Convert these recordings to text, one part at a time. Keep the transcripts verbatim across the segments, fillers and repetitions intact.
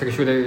崎修です。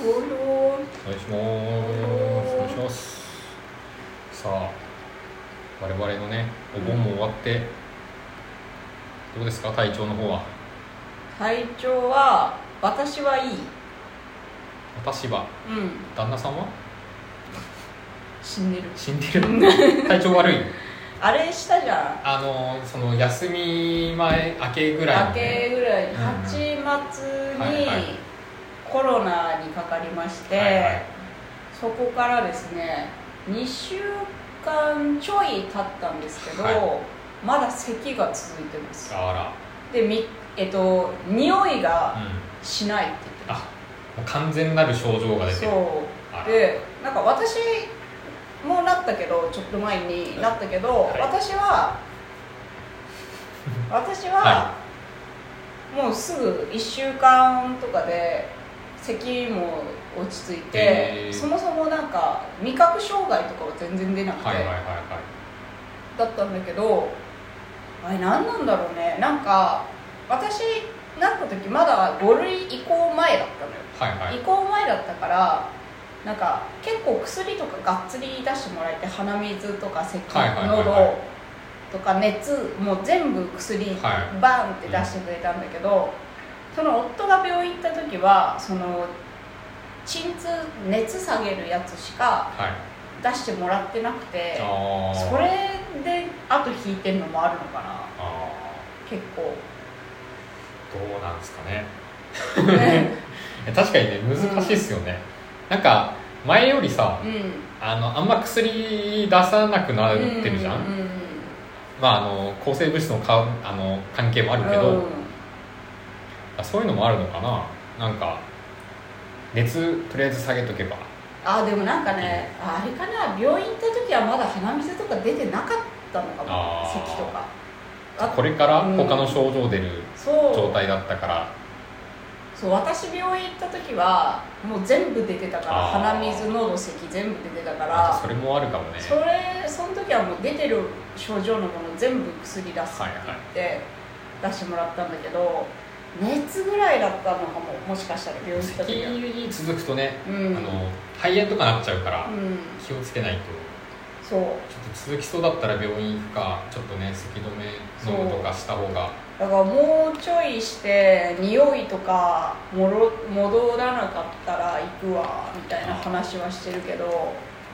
お願いします。お願いします。さあ、我々のね、お盆も終わって、うん、どうですか、体調の方は。 体調は、私はいい。 私は、 うん、 旦那さんは死んでる。 死んでる体調悪いあれしたじゃん、 あの、その休み前明けぐらいの、ね、 明けぐらい、 うん、 はちがつに、 はいはい、 コロナにかかりまして、はいはい、そこからですねにしゅうかんちょい経ったんですけど、はい、まだ咳が続いてます。 あらで、みえっと匂いがしないって言ってます、 うん、あ、もう完全なる症状が出てる。 そうで、なんか私もうなったけど、ちょっと前になったけど、はい、私は私は、はい、もうすぐいっしゅうかんとかで咳も落ち着いて、そもそもなんか味覚障害とかは全然出なくて、はいはいはいはい、だったんだけど、あれ何なんだろうね。なんか私なった時まだご類移行前だったのよ、はいはい、移行前だったから、なんか結構薬とかがっつり出してもらえて、鼻水とか咳、はいはいはいはい、喉とか熱もう全部薬バンって出してくれたんだけど、はい、その夫が病院行った時はその鎮痛熱下げるやつしか出してもらってなくて、はい、それで後引いてるのもあるのかな。あ、結構どうなんですかね、ね確かにね、難しいっすよね、うん、なんか前よりさ、うん、あのあんま薬出さなくなってるじゃん、うんうんうん、まあ、あの抗生物質のかあの関係もあるけど、うん、そういうのもあるのかな。なんか熱とりあえず下げとけば。 あ、でもなんかね、あれかな、病院行った時はまだ鼻水とか出てなかったのかも、咳とか。 これから他の症状出る状態だったから、 うん、そう、私病院行った時はもう全部出てたから、鼻水、喉、咳全部出てたから。 それもあるかもね。 それその時はもう出てる症状のもの全部薬出すって言って出してもらったんだけど、はいはい、熱ぐらいだったのかも、もしかしたら病院行った時は。 咳続くとね、うん、あの肺炎とかなっちゃうから、うん、気をつけないと。そう、ちょっと続きそうだったら病院行くか、ちょっとね咳止め飲むとかした方が。 だからもうちょいして匂いとかもろ戻らなかったら行くわみたいな話はしてるけど、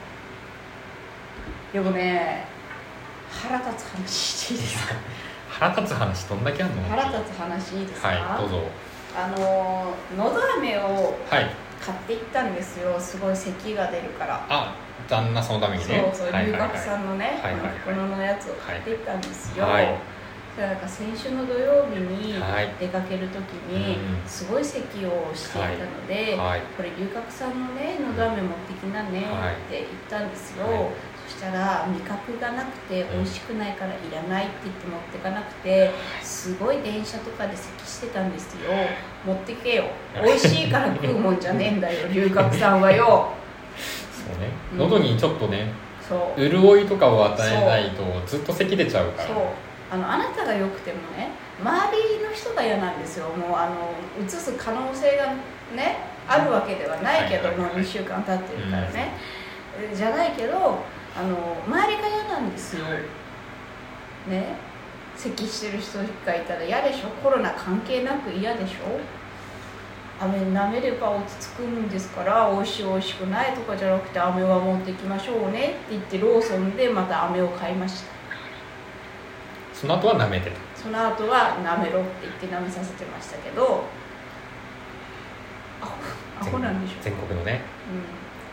でもね、腹立つ話していいですか腹立つ話どんだけあんの。 腹立つ話いいですか。 はい、どうぞ。 あののど飴を買っていったんですよ、はい、すごい咳が出るから。あ、 旦那さんのためにね。 そうそう、龍角散のね、袋のやつを買っていったんですよ、はいはい、それなんか先週の土曜日に出かけるときにすごい咳をしていたので、はいはい、これ龍角散のね、のど飴持ってきなねって言ったんですよ、はい、そしたら味覚がなくて美味しくないからいらないって言って持ってかなくて、すごい電車とかで咳してたんですよ。持ってけよ、美味しいから食うもんじゃねえんだよ龍角散はよ。 そうね、喉にちょっとね、うん、潤いとかを与えないとずっと咳出ちゃうから。そう、 あのあなたが良くてもね、周りの人が嫌なんですよ。もうあの移す可能性がねあるわけではないけども、はいはいはい、にしゅうかん経ってるからね、うん、じゃないけど、あの周りが嫌なんですよね。咳してる人がいたら嫌でしょ。コロナ関係なく嫌でしょ。飴舐めれば落ち着くんですから、美味しい美味しくないとかじゃなくて、飴は持ってきましょうねって言ってローソンでまた飴を買いました。 その後は舐めてた。 その後は舐めろって言って舐めさせてましたけど、アホ、アホなんでしょ。 全国のね、うん、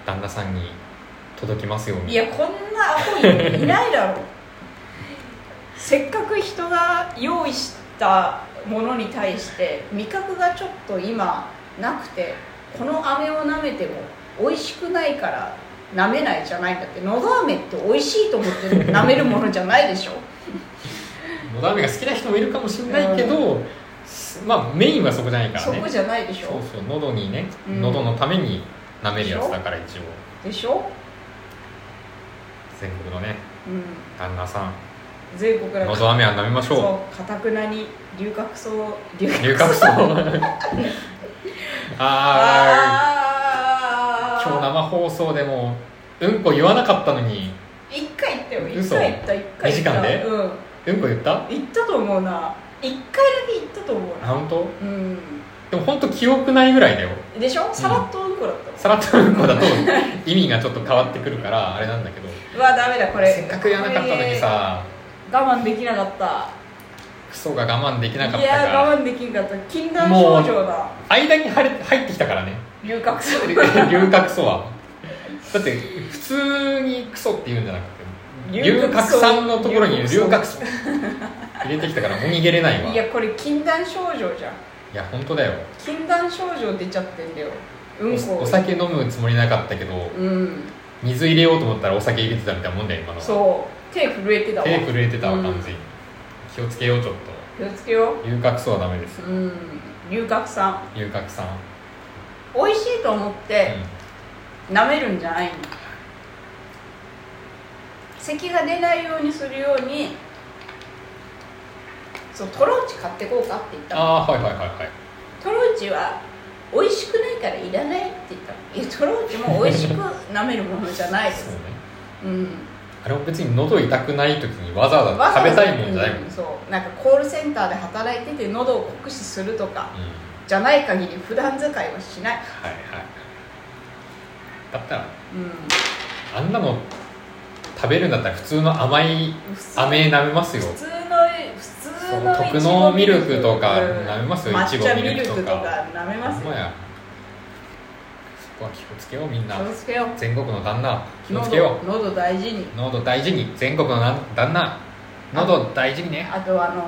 旦那さんに届きますように。 いや、こんなアホいないだろうせっかく人が用意したものに対して味覚がちょっと今なくて、この飴を舐めても美味しくないから舐めないじゃないんだって。のど飴って美味しいと思って舐めるものじゃないでしょのど飴が好きな人もいるかもしれないけど、うん、まあメインはそこじゃないからね。 そこじゃないでしょ。 そうそう、喉にね、うん、喉のために舐めるやつだから一応でしょ。 全国のね、うん、旦那さん、 全国ののど飴は舐めましょう。 そう、かたくなに龍角散龍角散ああ今日生放送でもうんこ言わなかったのにいっかい言ったよ。いっ嘘かい言ったいっかい言った。 にじかんでうんうんこ言った言ったと思うな。いっかいだけ言ったと思うな。 あ本当？ うんでも本当記憶ないぐらいだよ。 でしょ。さらっとうんこだったもん、 さらっとうんこだと意味がちょっと変わってくるからあれなんだけどうわダメだこれ。 せっかく言わなかったのにさ我慢できなかった。 クソが我慢できなかったかいやら我慢できんかった。禁断症状だ。 間に入ってきたからね龍角素龍角素はだって普通にクソって言うんじゃなくて龍角散のところに龍角素入れてきたからもう逃げれないわ。 いやこれ禁断症状じゃん。 いや本当だよ。 禁断症状出ちゃってんだよ。うんこお, お酒飲むつもりなかったけど、 うん、 水入れようと思ったらお酒入れてたみたいなもんだよ今のは。 そう手震えてたわ。 手震えてたわ、 うん、 完全に。気をつけようちょっと。 気をつけよう。 龍角素はダメですよ。 うん龍角散龍角散美味しいと思って舐めるんじゃないの、うん、咳が出ないようにするようにそうトローチ買ってこうかって言ったの。 ああはいはいはいはい。 トローチは美味しくないからいらないって言ったの。いやトローチも美味しく舐めるものじゃないですそうね、 うん、 あれも別に喉痛くない時にわざわざ食べたいもんじゃないもん、 うん、そうなんかコールセンターで働いてて喉を酷使するとか、うん、じゃない限り普段使いはしない。はいはい。だったら、 うん、 あんなの食べるんだったら普通の甘い飴舐めますよ。 普通の普通の特濃ミルクとか舐めますよ。 抹茶ミルクとか舐めますよ。 そこは気をつけようみんな。 気をつけよう。 全国の旦那気をつけよう。 喉大事に。 喉大事に。全国の旦那喉大事にね。 あとあの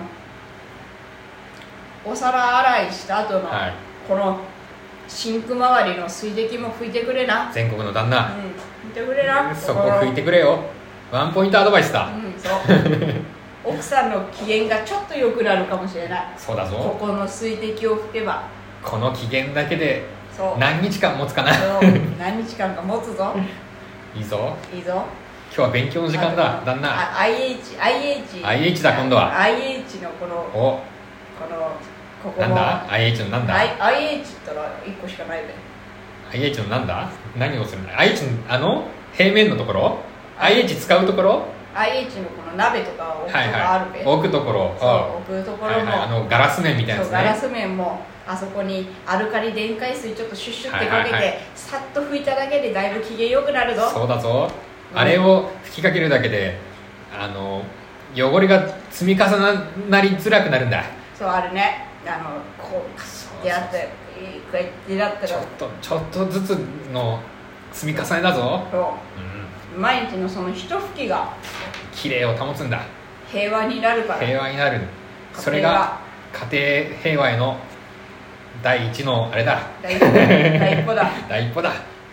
お皿洗いした後の、はい、このシンク周りの水滴も拭いてくれな。 全国の旦那、 うん、拭いてくれな。 そこ拭いてくれよ。ワンポイントアドバイスだ。 うん、そう奥さんの機嫌がちょっと良くなるかもしれない。 そうだぞ。 ここの水滴を拭けばこの機嫌だけでそう何日間持つかな。 何日間か持つぞ。 いいぞいいぞ。 今日は勉強の時間だ旦那。 アイエイチ アイエイチアイエイチ だ今度は。 アイエイチ のこのおこのここなんだ アイエイチ のなんだ。 アイエイチ って言ったらいっこしかないで。 アイエイチ のなんだ何をするの。 アイエイチ のあの平面のところ アイエイチ 使うところアイエイチ のこの鍋とか置くとかあるべ、 はいはい、置くところそう置くところも、はいはい、 あのガラス面みたいなやつね。 そうガラス面もあそこにアルカリ電解水ちょっとシュッシュってかけて、はいはいはい、さっと拭いただけでだいぶ機嫌よくなるぞ。 そうだぞ、うん、あれを吹きかけるだけであの汚れが積み重なりづらくなるんだ。 そうあるね。あのこうカシッてやってこうやってやったらちょっとちょっとずつの積み重ねだぞ。 そう、うん、毎日のその一吹きが綺麗を保つんだ。 平和になるから。 平和になる。それが家庭平和への第一のあれだ。 第一歩第一歩だ第一歩だ。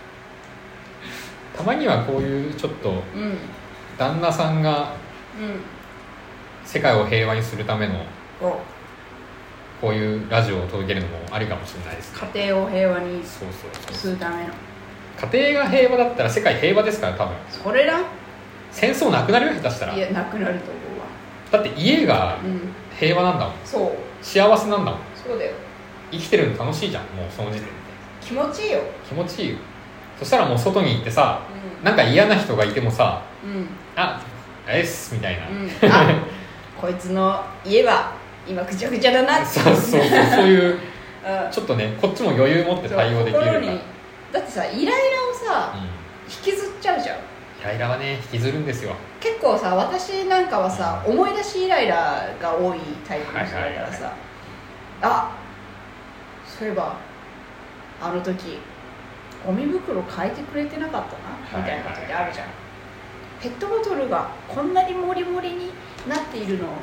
たまにはこういうちょっと、うん、旦那さんが世界を平和にするための、うん、こういうラジオを届けるのもありかもしれないですね。 家庭を平和にするための。 家庭が平和だったら世界平和ですから多分。 それな。 戦争なくなるよ下手したら。 いやなくなると思うわ。 だって家が平和なんだもん、うん、 そう幸せなんだもん。 そうだよ。 生きてるの楽しいじゃんもうその時点で。 気持ちいいよ。 気持ちいいよ。そしたらもう外に行ってさ、うん、なんか嫌な人がいてもさ、うん、ああれっすみたいな、うん、 あこいつの家は今ぐちゃぐちゃだなってそうそうそうそういう、うん、ちょっとねこっちも余裕持って対応できるから。 だってさイライラをさ、うん、引きずっちゃうじゃん。 イライラはね引きずるんですよ。 結構さ私なんかはさ、うん、思い出しイライラが多いタイプの人だからさ、はいはいはい、あそういえばあの時ゴミ袋変えてくれてなかったなみたいな時あるじゃん、はいはいはい、ペットボトルがこんなにモリモリになっているのに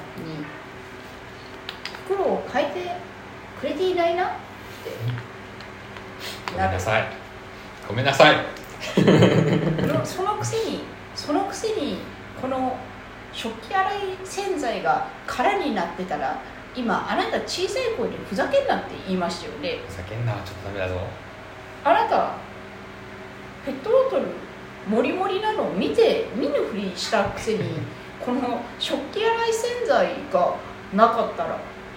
袋を変えてくれていないなってごめんなさいごめんなさいそのくせにそのくせにこの食器洗い洗剤が空になってたら今あなた小さい声でふざけんなって言いましたよね。 ふざけんなちょっとダメだぞ。 あなたペットボトルモリモリなのを見て見ぬふりしたくせにこの食器洗い洗剤がなかったら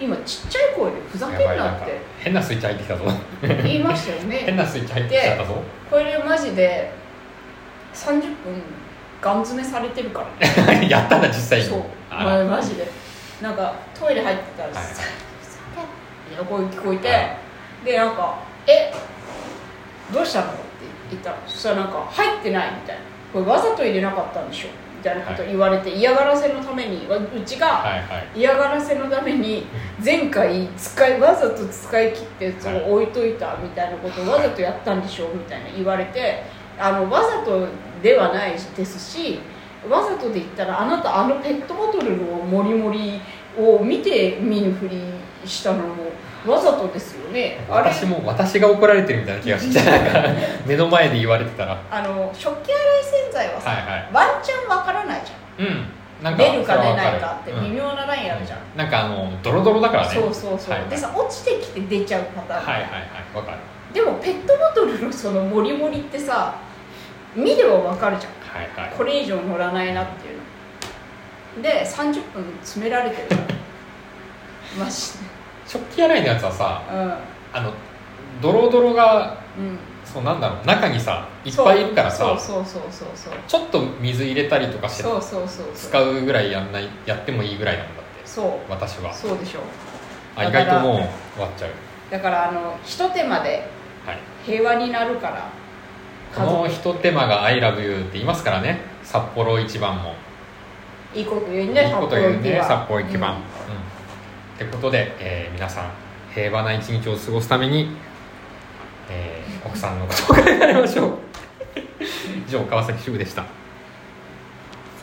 今ちっちゃい声でふざけんなって変なスイッチ入ってきたぞ言いましたよね変なスイッチ入ってきちゃったぞ。 これマジでさんじゅっぷんガン詰めされてるからやったんだ実際に。 そうマジでなんかトイレ入ってたら「ふざけんな」声聞こえて、はい、でなんか「えどうしたの?」って言ったらそしたらなんか「入ってない」みたいな「これわざと入れなかったんでしょ」みたいなこと言われて、はい、嫌がらせのためにうちが嫌がらせのために前回使いわざと使い切ってその置いといたみたいなことをわざとやったんでしょみたいな言われて、あのわざとではないですし、わざとで言ったらあなたあのペットボトルのモリモリを見て見ぬふりしたのもわざとですよね。 私も私が怒られてるみたいな気がして目の前で言われてたらあの食器洗い洗剤はさ、はいはい、ワンチャンわからないじゃん、うん、なんか出るか出ないかって微妙なラインあるじゃん、うん、 なんかあのドロドロだからね。 そうそうそう、はいはい、でさ落ちてきて出ちゃうパターン。 はいはいはいわかる。 でもペットボトルのそのモリモリってさ見ればわかるじゃん、はいはい、これ以上乗らないなっていうのでさんじゅっぷん詰められてるじゃんマジで。 食器洗いのやつはさ、うん、あのドロドロが、うん、そうなんだろう中にさいっぱいいるからさ、 そうそうそうそうそうちょっと水入れたりとかしてそうそうそうそう使うぐらいやんないやってもいいぐらいなんだって。 そう私はそうでしょ。 あ意外ともう終わっちゃう。 だからあのひと手間で平和になるから、 はい、このひと手間が I love you って言いますからね。札幌一番もいいこと言うね。 いいこと言うね札幌一番、うんうんってことで、えー、皆さん平和な一日を過ごすために、えー、奥さんのことを考えましょう以上川崎主婦でした。